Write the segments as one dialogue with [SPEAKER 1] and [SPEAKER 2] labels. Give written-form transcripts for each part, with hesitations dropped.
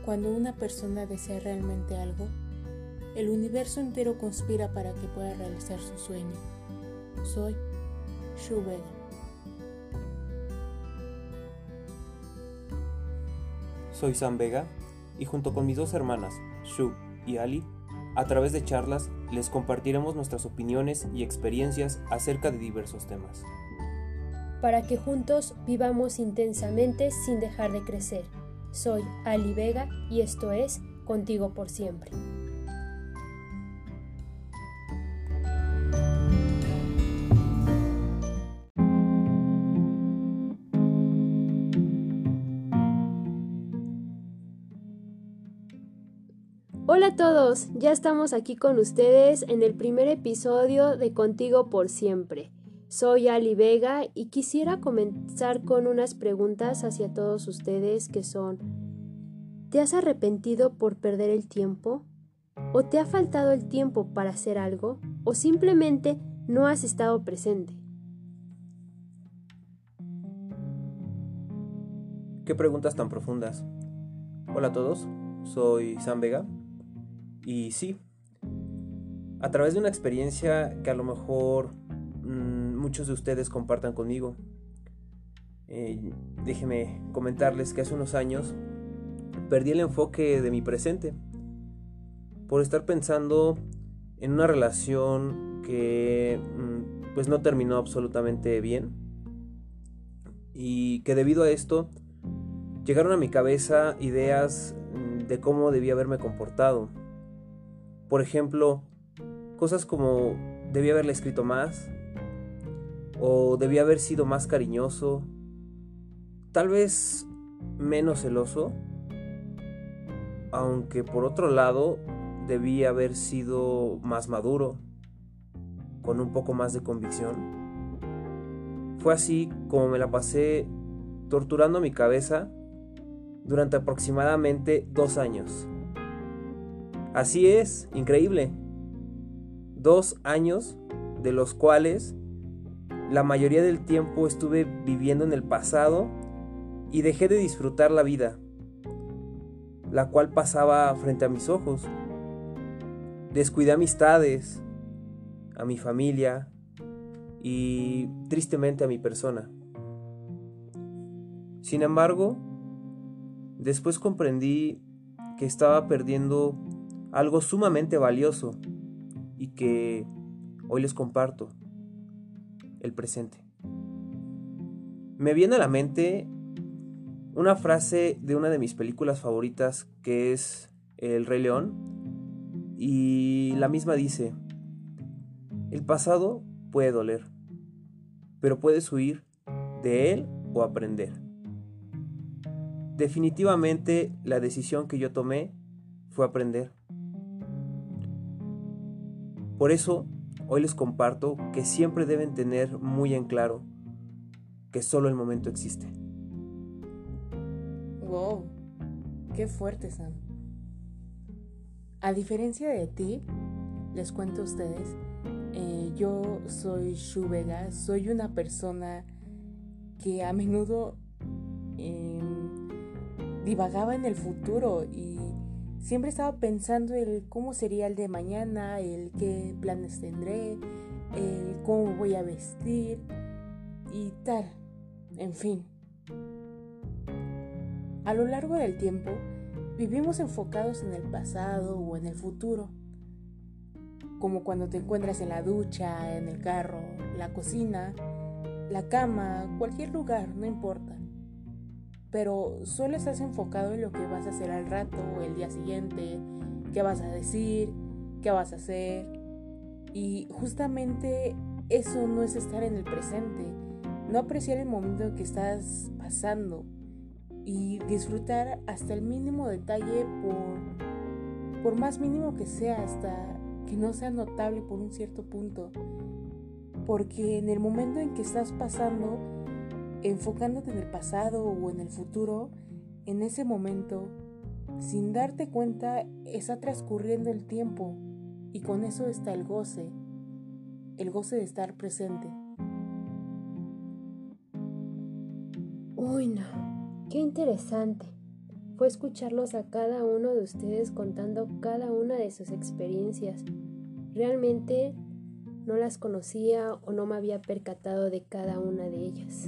[SPEAKER 1] Cuando una persona desea realmente algo, el universo entero conspira para que pueda realizar su sueño. Soy Shu Vega.
[SPEAKER 2] Soy Sam Vega y junto con mis dos hermanas, Shu y Ali, a través de charlas les compartiremos nuestras opiniones y experiencias acerca de diversos temas.
[SPEAKER 3] Para que juntos vivamos intensamente sin dejar de crecer. Soy Ali Vega y esto es Contigo por Siempre. Hola a todos, ya estamos aquí con ustedes en el primer episodio de Contigo por Siempre. Soy Ali Vega y quisiera comenzar con unas preguntas hacia todos ustedes que son: ¿te has arrepentido por perder el tiempo? ¿O te ha faltado el tiempo para hacer algo? ¿O simplemente no has estado presente?
[SPEAKER 2] ¿Qué preguntas tan profundas? Hola a todos, soy Sam Vega y sí, a través de una experiencia que a lo mejor muchos de ustedes compartan conmigo, déjenme comentarles que hace unos años perdí el enfoque de mi presente por estar pensando en una relación que pues no terminó absolutamente bien, y que debido a esto llegaron a mi cabeza ideas de cómo debía haberme comportado. Por ejemplo, cosas como debía haberle escrito más, o debía haber sido más cariñoso, tal vez menos celoso, aunque por otro lado debía haber sido más maduro, con un poco más de convicción. Fue así como me la pasé torturando mi cabeza durante aproximadamente 2 años. Así es, increíble. 2 años de los cuales la mayoría del tiempo estuve viviendo en el pasado y dejé de disfrutar la vida, la cual pasaba frente a mis ojos. Descuidé amistades, a mi familia y tristemente a mi persona. Sin embargo, después comprendí que estaba perdiendo algo sumamente valioso y que hoy les comparto: el presente. Me viene a la mente una frase de una de mis películas favoritas, que es El Rey León, y la misma dice: el pasado puede doler, pero puedes huir de él o aprender. Definitivamente la decisión que yo tomé fue aprender. Por eso hoy les comparto que siempre deben tener muy en claro que solo el momento existe.
[SPEAKER 1] Wow, qué fuerte, Sam. A diferencia de ti, les cuento a ustedes, yo soy Shu Vega, soy una persona que a menudo divagaba en el futuro y siempre estaba pensando el cómo sería el de mañana, el qué planes tendré, el cómo voy a vestir y tal. En fin, a lo largo del tiempo vivimos enfocados en el pasado o en el futuro, como cuando te encuentras en la ducha, en el carro, la cocina, la cama, cualquier lugar, no importa. Pero solo estás enfocado en lo que vas a hacer al rato o el día siguiente, qué vas a decir, qué vas a hacer. Y justamente eso no es estar en el presente, no apreciar el momento que estás pasando y disfrutar hasta el mínimo detalle, por más mínimo que sea, hasta que no sea notable por un cierto punto. Porque en el momento en que estás pasando, enfocándote en el pasado o en el futuro, en ese momento, sin darte cuenta, está transcurriendo el tiempo, y con eso está el goce de estar presente.
[SPEAKER 3] Uy, no, qué interesante. fue escucharlos a cada uno de ustedes contando cada una de sus experiencias. Realmente no las conocía o no me había percatado de cada una de ellas.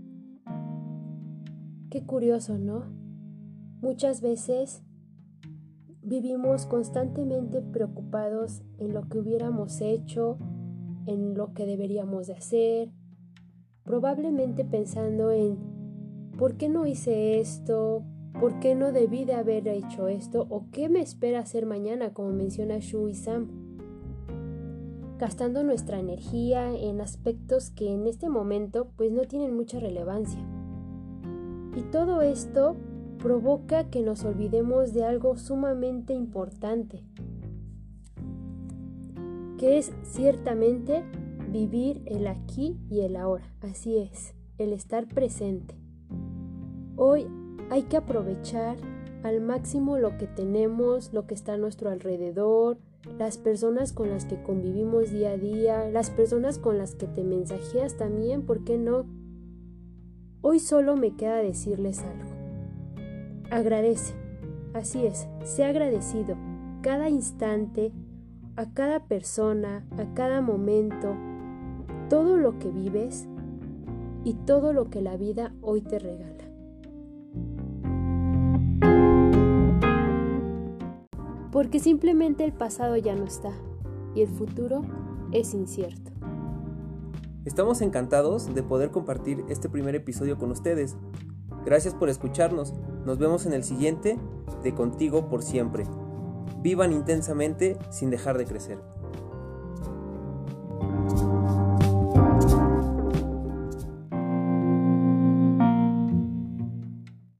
[SPEAKER 3] Qué curioso, ¿no? Muchas veces vivimos constantemente preocupados en lo que hubiéramos hecho, en lo que deberíamos de hacer, probablemente pensando en ¿por qué no hice esto? ¿Por qué no debí de haber hecho esto? ¿O qué me espera hacer mañana? Como menciona Shu y Sam. Gastando nuestra energía en aspectos que en este momento pues no tienen mucha relevancia. Y todo esto provoca que nos olvidemos de algo sumamente importante, que es ciertamente vivir el aquí y el ahora. Así es, el estar presente. Hoy hay que aprovechar al máximo lo que tenemos, lo que está a nuestro alrededor, las personas con las que convivimos día a día, las personas con las que te mensajeas también, ¿por qué no? Hoy solo me queda decirles algo. Agradece, así es, sé agradecido cada instante, a cada persona, a cada momento, todo lo que vives y todo lo que la vida hoy te regala. Porque simplemente el pasado ya no está y el futuro es incierto.
[SPEAKER 2] Estamos encantados de poder compartir este primer episodio con ustedes. Gracias por escucharnos. Nos vemos en el siguiente de Contigo por Siempre. Vivan intensamente sin dejar de crecer.